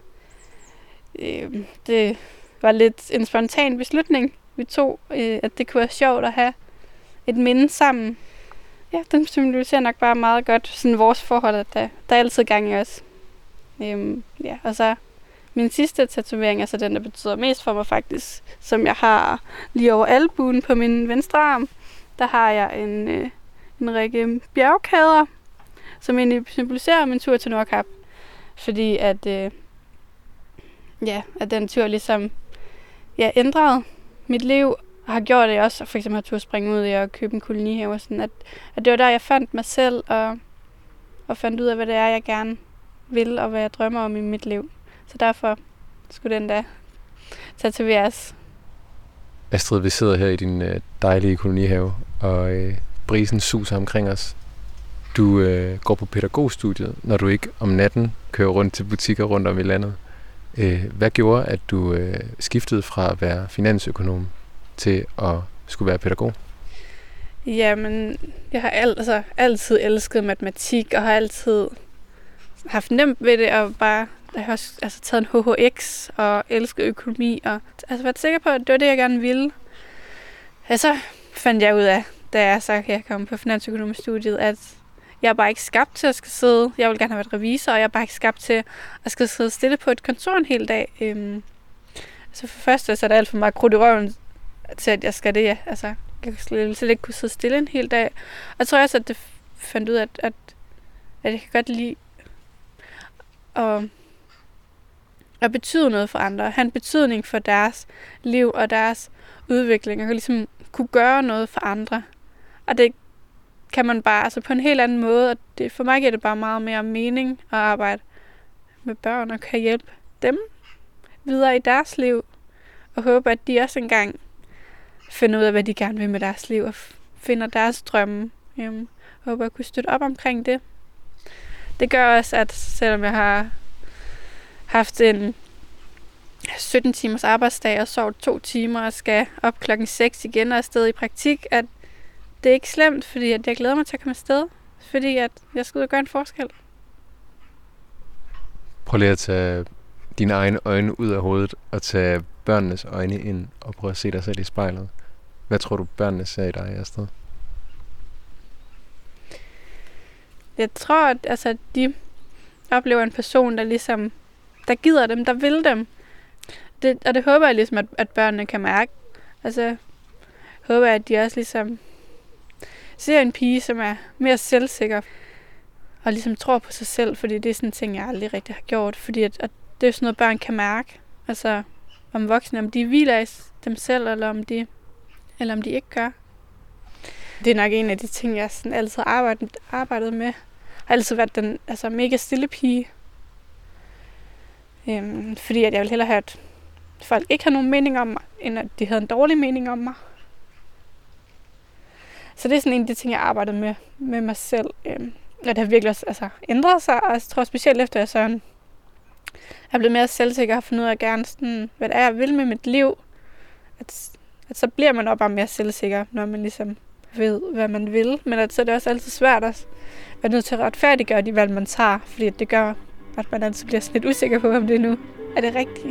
Det var lidt en spontan beslutning, vi tog, at det kunne være sjovt at have et minde sammen. Ja, den symboliserer nok bare meget godt sådan vores forhold, at der er altid gang i os. Ja, og så min sidste tatovering, altså den, der betyder mest for mig faktisk, som jeg har lige over albuen på min venstre arm, der har jeg en række bjergkæder, som egentlig symboliserer min tur til Nordkap. Fordi at, at den tur ligesom ændrede mit liv, og har gjort det også, for eksempel har tur springe ud i at købe en kolonihave, sådan at det var der, jeg fandt mig selv, og fandt ud af, hvad det er, jeg gerne vil, og hvad jeg drømmer om i mit liv. Så derfor skulle den da tatoveres. Astrid, vi sidder her i din dejlige kolonihave, og brisen suser omkring os. Du går på pædagogstudiet, når du ikke om natten kører rundt til butikker rundt om i landet. Hvad gjorde, at du skiftede fra at være finansøkonom til at skulle være pædagog? Jamen, jeg har altid elsket matematik, og har altid haft nemt ved det, og bare jeg har også taget en HHX og elsket økonomi, og været sikker på, at det var det, jeg gerne ville. Ja, så fandt jeg ud af, da jeg kom på finansøkonomistudiet, at jeg er bare ikke skabt til at skal sidde. Jeg vil gerne have været revisor, og jeg er bare ikke skabt til at skal sidde stille på et kontor en hel dag. Så for første så er der alt for meget krudt i røven til, at jeg skal det. Altså, jeg slet ikke kunne sidde stille en hel dag. Og jeg tror også, at det fandt ud af, at jeg kan godt lide at betyde noget for andre. Have en betydning for deres liv og deres udvikling. Og ligesom kunne gøre noget for andre. Og det kan man bare på en helt anden måde. Og for mig giver det bare meget mere mening at arbejde med børn og kan hjælpe dem videre i deres liv. Og håbe, at de også engang finder ud af, hvad de gerne vil med deres liv. Og finder deres drømme. Håber at kunne støtte op omkring det. Det gør også, at selvom jeg har haft en 17 timers arbejdsdag og sovet 2 timer og skal op 6:00 igen og afsted i praktik, at det er ikke slemt, fordi at jeg glæder mig til at komme afsted. Fordi at jeg skal ud og gøre en forskel. Prøv lige at tage dine egne øjne ud af hovedet og tage børnenes øjne ind og prøve at se dig selv i spejlet. Hvad tror du, børnene ser i dig, Astrid? Jeg tror, at de oplever en person, der gider dem, der vil dem. Og det håber jeg ligesom, at børnene kan mærke. Altså, håber jeg, at de også ligesom ser en pige, som er mere selvsikker. Og ligesom tror på sig selv, fordi det er sådan en ting, jeg aldrig rigtig har gjort. Fordi at det er sådan noget, børn kan mærke. Altså, om voksne, om de hviler i dem selv, eller om de ikke gør. Det er nok en af de ting, jeg sådan altid har arbejdet med. Jeg har altid været den mega stille pige. Fordi at jeg vil hellere have, at folk ikke har nogen mening om mig, end at de havde en dårlig mening om mig. Så det er sådan en af de ting, jeg arbejdede med mig selv. Og det har virkelig også ændret sig. Og jeg tror specielt efter, at jeg er blevet mere selvsikker og har fundet ud af gerne sådan, hvad det er, jeg vil med mit liv. At så bliver man også bare mere selvsikker, når man ligesom ved, hvad man vil. Men så er det også altid svært at være nødt til at retfærdiggøre de valg, man tager. Fordi det gør, at man altid bliver sådan lidt usikker på, om det nu er det rigtige.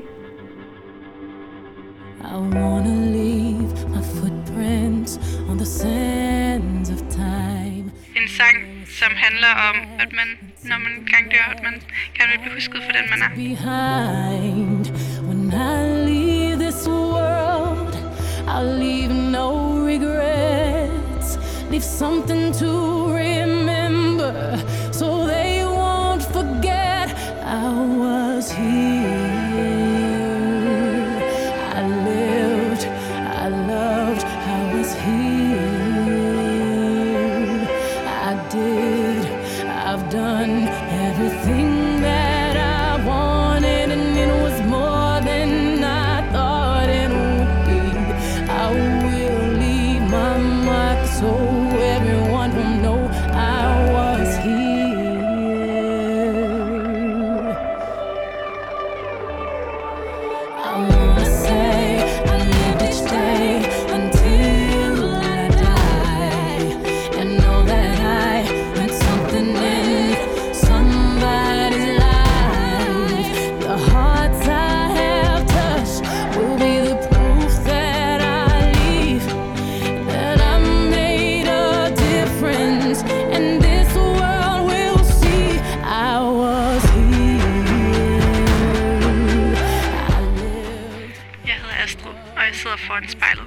I wanna leave my footprints on the sands of time. En sang, som handler om, at man, når man engang dør, at man gerne vil blive husket for den, man er. Behind when I leave this world, I'll leave no regrets. Leave something to remember, so they won't forget I was here. I lived, I loved, I was here. I did, I've done everything that I wanted, and it was more than I thought it would be. I will leave my mark foran spejlet.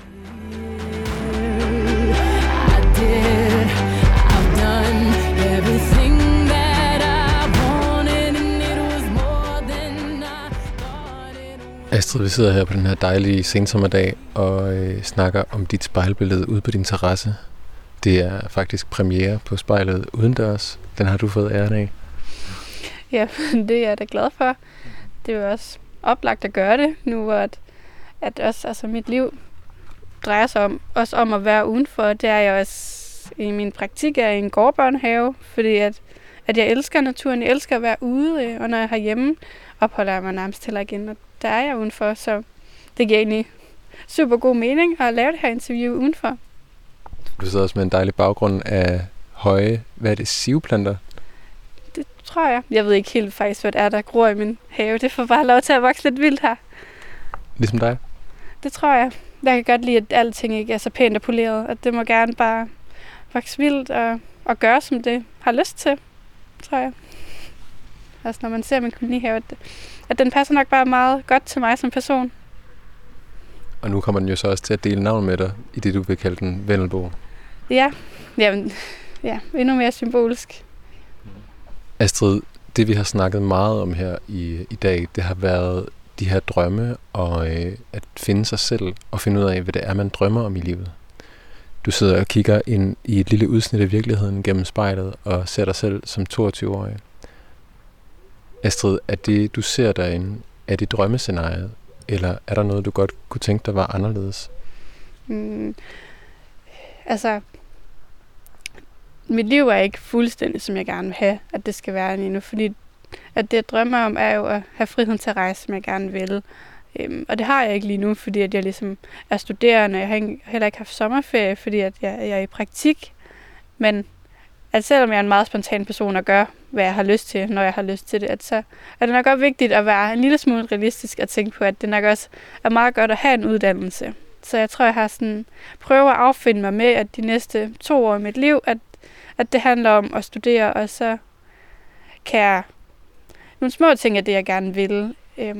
Astrid, vi sidder her på den her dejlige sensommerdag og snakker om dit spejlbillede ude på din terrasse. Det er faktisk premiere på spejlet udendørs. Den har du fået æren af. Ja, det er jeg da glad for. Det er jo også oplagt at gøre det nu, hvor at også, altså mit liv drejer sig om at være udenfor. Det er jeg også i min praktik er i en gårdbørnehave, fordi at jeg elsker naturen, jeg elsker at være ude, og når jeg er hjemme, opholder jeg mig nærmest heller igen, og der er jeg udenfor, så det giver egentlig super god mening at lave det her interview udenfor. Du sidder også med en dejlig baggrund af høje, hvad er det, sivplanter? Det tror jeg. Jeg ved ikke helt faktisk, hvad det er, der gror i min have. Det får bare lov til at vokse lidt vildt her. Ligesom dig? Det tror jeg. Jeg kan godt lide, at alting ikke er så pænt og poleret, at det må gerne bare vokse vildt og gøre, som det har lyst til, tror jeg. Altså når man ser min kolonihave, at den passer nok bare meget godt til mig som person. Og nu kommer den jo så også til at dele navn med dig, i det du vil kalde den Vendelbo. Ja, jamen, ja, endnu mere symbolisk. Astrid, det vi har snakket meget om her i dag, det har været de her drømme og at finde sig selv og finde ud af, hvad det er, man drømmer om i livet. Du sidder og kigger ind i et lille udsnit af virkeligheden gennem spejlet og ser dig selv som 22-årig. Astrid, er det, du ser derinde, er det drømmescenariet, eller er der noget, du godt kunne tænke dig var anderledes? Altså, mit liv er ikke fuldstændig, som jeg gerne vil have, at det skal være endnu, fordi at det, jeg drømmer om, er jo at have friheden til at rejse, som jeg gerne vil. Og det har jeg ikke lige nu, fordi at jeg ligesom er studerende, jeg har heller ikke haft sommerferie, fordi at jeg er i praktik. Men at selvom jeg er en meget spontan person og gør, hvad jeg har lyst til, når jeg har lyst til det, at så er det nok også vigtigt at være en lille smule realistisk og tænke på, at det nok også er meget godt at have en uddannelse. Så jeg tror, jeg har sådan prøvet at affinde mig med, at de næste 2 år i mit liv, at det handler om at studere, og så kan jeg nogle små ting af det, jeg gerne vil.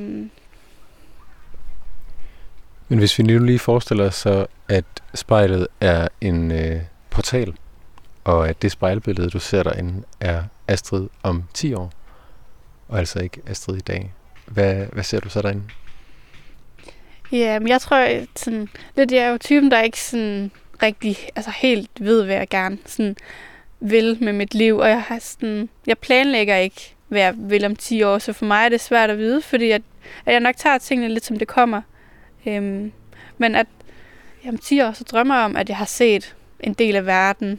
Men hvis vi nu lige forestiller os så, at spejlet er en portal, og at det spejlbillede, du ser derinde, er Astrid om 10 år, og altså ikke Astrid i dag. Hvad ser du så derinde? Ja, men jeg tror sådan, lidt, jeg er jo typen, der ikke sådan rigtig, altså helt ved, hvad jeg gerne sådan vil med mit liv, og jeg planlægger ikke, hvad jeg vil om 10 år, så for mig er det svært at vide, fordi at jeg nok tager tingene lidt, som det kommer. Men at om 10 år, så drømmer jeg om, at jeg har set en del af verden.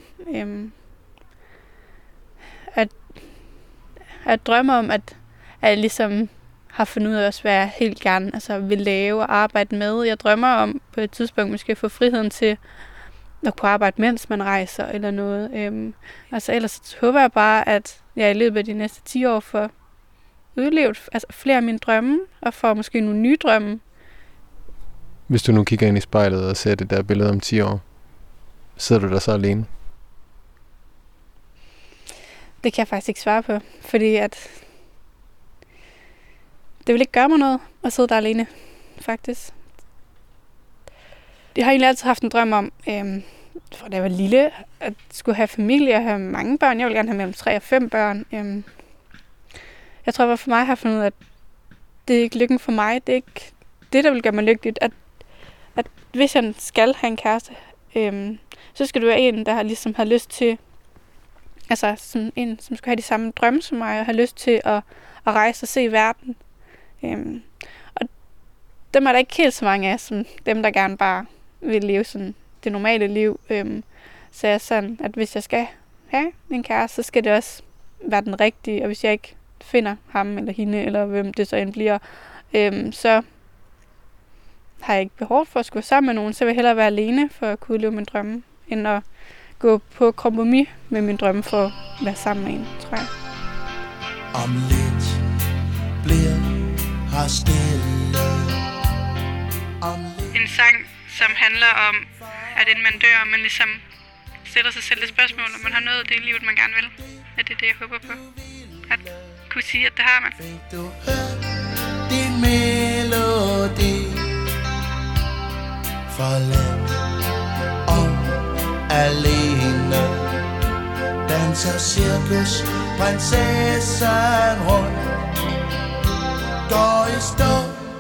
At drømme om, at jeg ligesom har fundet ud af også, hvad jeg helt gerne vil lave og arbejde med. Jeg drømmer om på et tidspunkt måske at få friheden til at kunne arbejde, mens man rejser eller noget. Ellers håber jeg bare, at jeg i løbet af de næste 10 år får udlevet flere af mine drømme, og får måske nogle nye drømme. Hvis du nu kigger ind i spejlet og ser det der billede om 10 år, sidder du der så alene? Det kan jeg faktisk ikke svare på, fordi at det vil ikke gøre mig noget at sidde der alene, faktisk. Jeg har egentlig altid haft en drøm om, fra da jeg var lille, at skulle have familie og have mange børn. Jeg vil gerne have mellem 3 og 5 børn. Jeg tror, at for mig har jeg fundet ud af, at det er ikke lykken for mig. Det er ikke det, der vil gøre mig lykkelig. At hvis jeg skal have en kæreste, så skal du være en, der ligesom har lyst til, som en, som skal have de samme drømme som mig, og har lyst til at rejse og se verden. Og dem er der ikke helt så mange af, som dem, der gerne bare vil leve sådan det normale liv. Så jeg sådan, at hvis jeg skal have en kæreste, så skal det også være den rigtige, og hvis jeg ikke finder ham eller hende, eller hvem det så end bliver, så har jeg ikke behov for at skulle sammen med nogen, så vil jeg hellere være alene for at kunne leve min drømme, end at gå på kompromis med min drømme for at være sammen med en, tror jeg. Om lidt bliver her stille. En sang, som handler om, at inden man dør, man ligesom stiller sig selv det spørgsmål, om man har nået det i livet, man gerne vil. Er det det, jeg håber på? At kunne sige, at det har man. Fik du hørt din melodi? forladt og alene danser cirkusprinsessen rundt, går i stå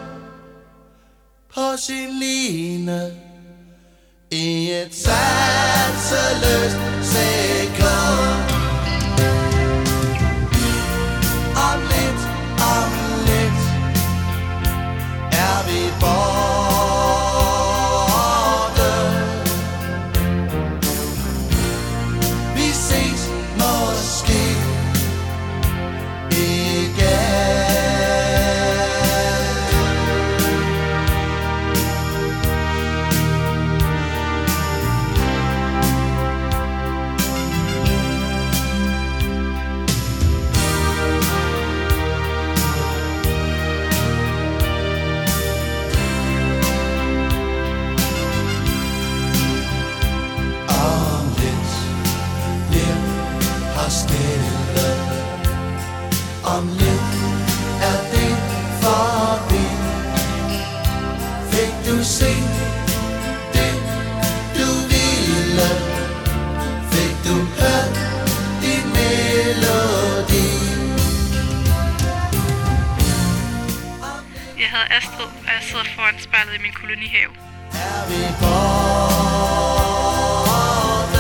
på sin line i et sanseløst sekund. Om lidt er vi borte. Vi ses måske igen. Om lidt er det forbi. Fik du set det du ville? Fik du hørt din melodi? Jeg hedder Astrid, og jeg sidder foran spejlet i min kolonihave. Er vi borte?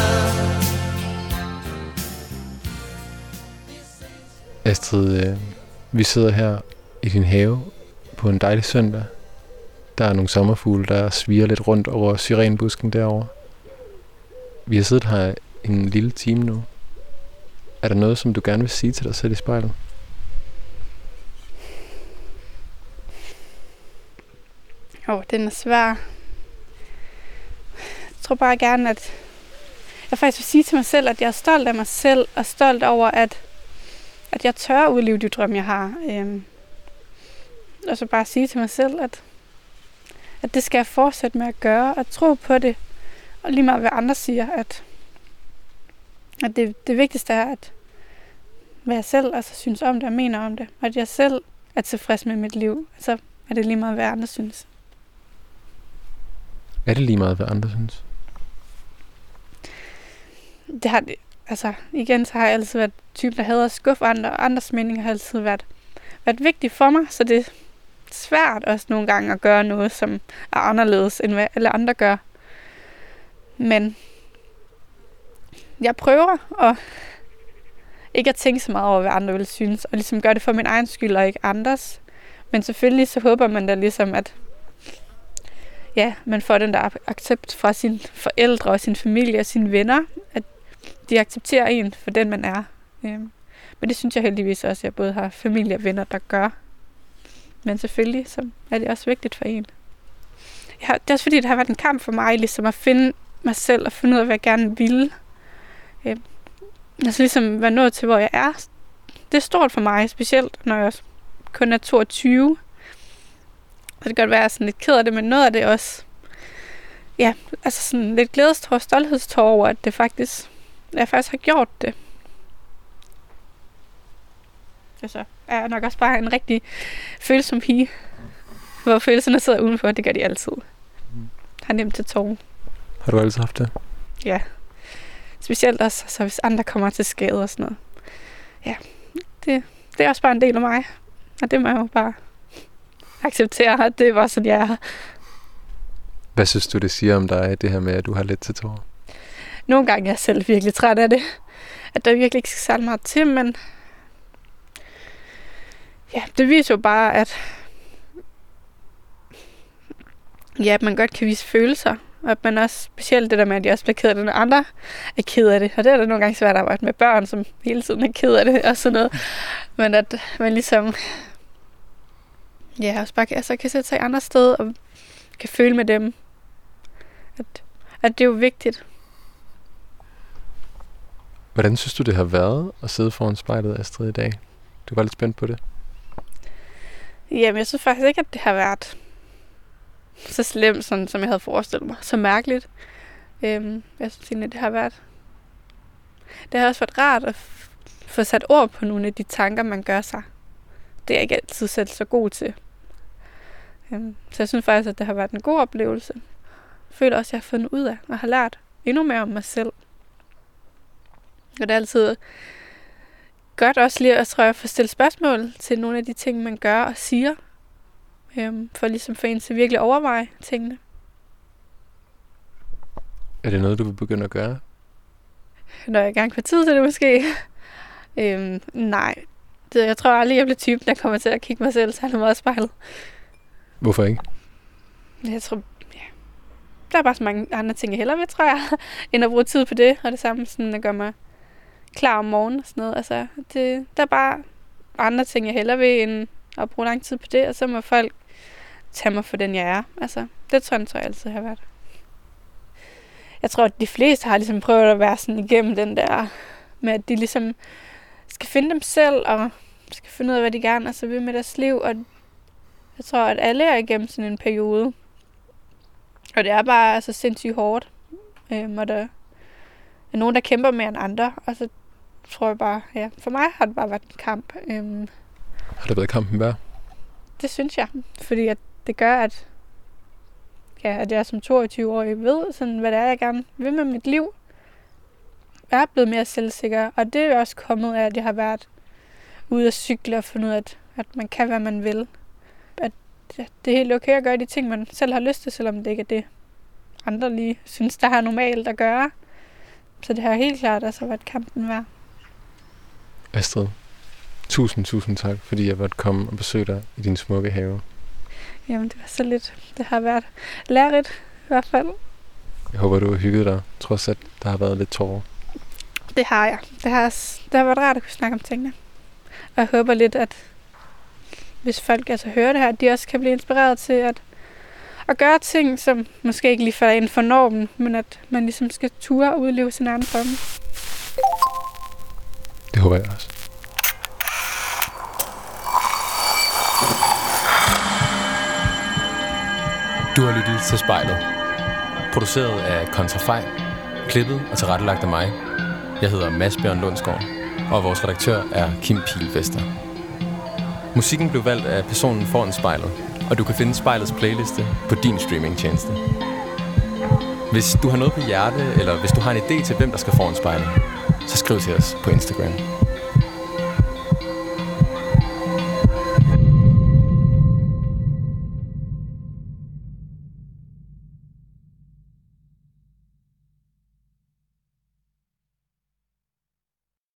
Astrid, vi sidder her i din have på en dejlig søndag. Der er nogle sommerfugle, der sviger lidt rundt over syrenbusken derovre. Vi har siddet her en lille time nu. Er der noget, som du gerne vil sige til dig selv i spejlet? Den er svær. Jeg tror bare gerne, at jeg faktisk vil sige til mig selv, at jeg er stolt af mig selv, og stolt over, at jeg tør udleve de drømme, jeg har. Og så bare sige til mig selv, at det skal jeg fortsætte med at gøre, og tro på det. Og lige meget hvad andre siger, at det vigtigste er, at hvad jeg selv synes om det og mener om det. Og at jeg selv er tilfreds med mit liv. Så er det lige meget, hvad andre synes. Er det lige meget, hvad andre synes? Det har det. Altså, igen, så har jeg altid været typen, der hader at skuffe andre, og andres meninger har altid været vigtigt for mig, så det er svært også nogle gange at gøre noget, som er anderledes, end hvad alle andre gør. Men jeg prøver at ikke at tænke så meget over, hvad andre vil synes, og ligesom gøre det for min egen skyld, og ikke andres. Men selvfølgelig så håber man da ligesom, at man får den der accept fra sine forældre og sin familie og sine venner, at de accepterer en for den, man er. Men det synes jeg heldigvis også, at jeg både har familie og venner, der gør. Men selvfølgelig så er det også vigtigt for en. Det er også fordi, det har været en kamp for mig, ligesom at finde mig selv og finde ud af, hvad jeg gerne vil. Altså ligesom være nået til, hvor jeg er. Det er stort for mig, specielt når jeg også kun er 22. Og det kan godt være, at jeg er sådan lidt ked af det, men noget af det også, altså sådan lidt glædestår, stolthedstår over, at jeg faktisk har gjort det. Altså, jeg er nok også bare en rigtig følsom pige, hvor følelserne sidder udenfor, det gør de altid. Har nemt til tårer. Har du altid haft det? Ja. Specielt også, så hvis andre kommer til skade og sådan noget. Ja, det er også bare en del af mig. Og det må jeg jo bare acceptere, at det var sådan, jeg er. Hvad synes du, det siger om dig, det her med, at du har let til tårer? Nogle gange er jeg selv virkelig træt af det. At der virkelig ikke skal særlig meget til, men det viser jo bare, at man godt kan vise følelser. Og at man også, specielt det der med, at de også bliver ked af det, når andre er ked af det. Og det er der nogle gange svært at arbejde med børn, som hele tiden er ked af det og sådan noget. Men at man ligesom også bare kan sætte sig i andre sted og kan føle med dem. At det er jo vigtigt. Hvordan synes du, det har været at sidde foran spejlet, Astrid, i dag? Du var lidt spændt på det. Jamen, jeg synes faktisk ikke, at det har været så slemt, sådan, som jeg havde forestillet mig. Så mærkeligt. Jeg synes egentlig, det har været. Det har også været rart at få sat ord på nogle af de tanker, man gør sig. Det er jeg ikke altid selv så god til. Så jeg synes faktisk, at det har været en god oplevelse. føler også, at jeg har fundet ud af og har lært endnu mere om mig selv. Og det er altid godt også lige at, tror jeg, få stillet spørgsmål til nogle af de ting, man gør og siger. For ligesom for en til virkelig overveje tingene. Er det noget, du vil begynde at gøre? Når jeg gerne får tid til det måske. Nej. Jeg tror aldrig, jeg bliver typen, der kommer til at kigge mig selv særlig meget i spejlet. Hvorfor ikke? Jeg tror, der er bare så mange andre ting, jeg hellere vil, tror jeg, end at bruge tid på det. Og det samme sådan at gøre mig klar om morgenen og sådan noget. Altså, der er bare andre ting, jeg hellere vil, end at bruge lang tid på det. Og så må folk tage mig for den, jeg er. Altså, det tror jeg altid har været. Jeg tror, at de fleste har ligesom prøvet at være sådan igennem den der, med at de ligesom skal finde dem selv, og skal finde ud af, hvad de gerne er så vil med deres liv. Og jeg tror, at alle er igennem sådan en periode. Og det er bare altså sindssygt hårdt. Og der er nogen, der kæmper mere end andre. Og så tror jeg bare, ja, for mig har det bare været en kamp. Har det været kampen værd? Det synes jeg. Fordi at det gør, at jeg som 22-årig ved, sådan, hvad det er, jeg gerne vil med mit liv. Jeg er blevet mere selvsikker. Og det er også kommet af, at jeg har været ude at cykle og fundet ud af, at man kan, hvad man vil. At det er helt okay at gøre de ting, man selv har lyst til, selvom det ikke er det, andre lige synes, der er normalt at gøre. Så det har helt klart altså været kampen værd. Astrid, tusind tak, fordi jeg måtte komme og besøge dig i din smukke have. Jamen, det var så lidt. Det har været lærerigt i hvert fald. Jeg håber, du har hygget dig, trods at der har været lidt tårer. Det har jeg. Det har været rart at kunne snakke om tingene. Og jeg håber lidt, at hvis folk altså hører det her, de også kan blive inspireret til at gøre ting, som måske ikke lige falder inden for normen, men at man ligesom skal ture og udleve sin egen drømme. Det håber jeg også. Du har lyttet til Spejlet. Produceret af Kontrafej, klippet og tilrettelagt af mig. Jeg hedder Mads Bjørn Lundsgaard, og vores redaktør er Kim Pilvester. Musikken blev valgt af personen foran spejlet, og du kan finde Spejlets playliste på din streamingtjeneste. Hvis du har noget på hjerte, eller hvis du har en idé til, hvem der skal foran spejlet, så skriv til os på Instagram.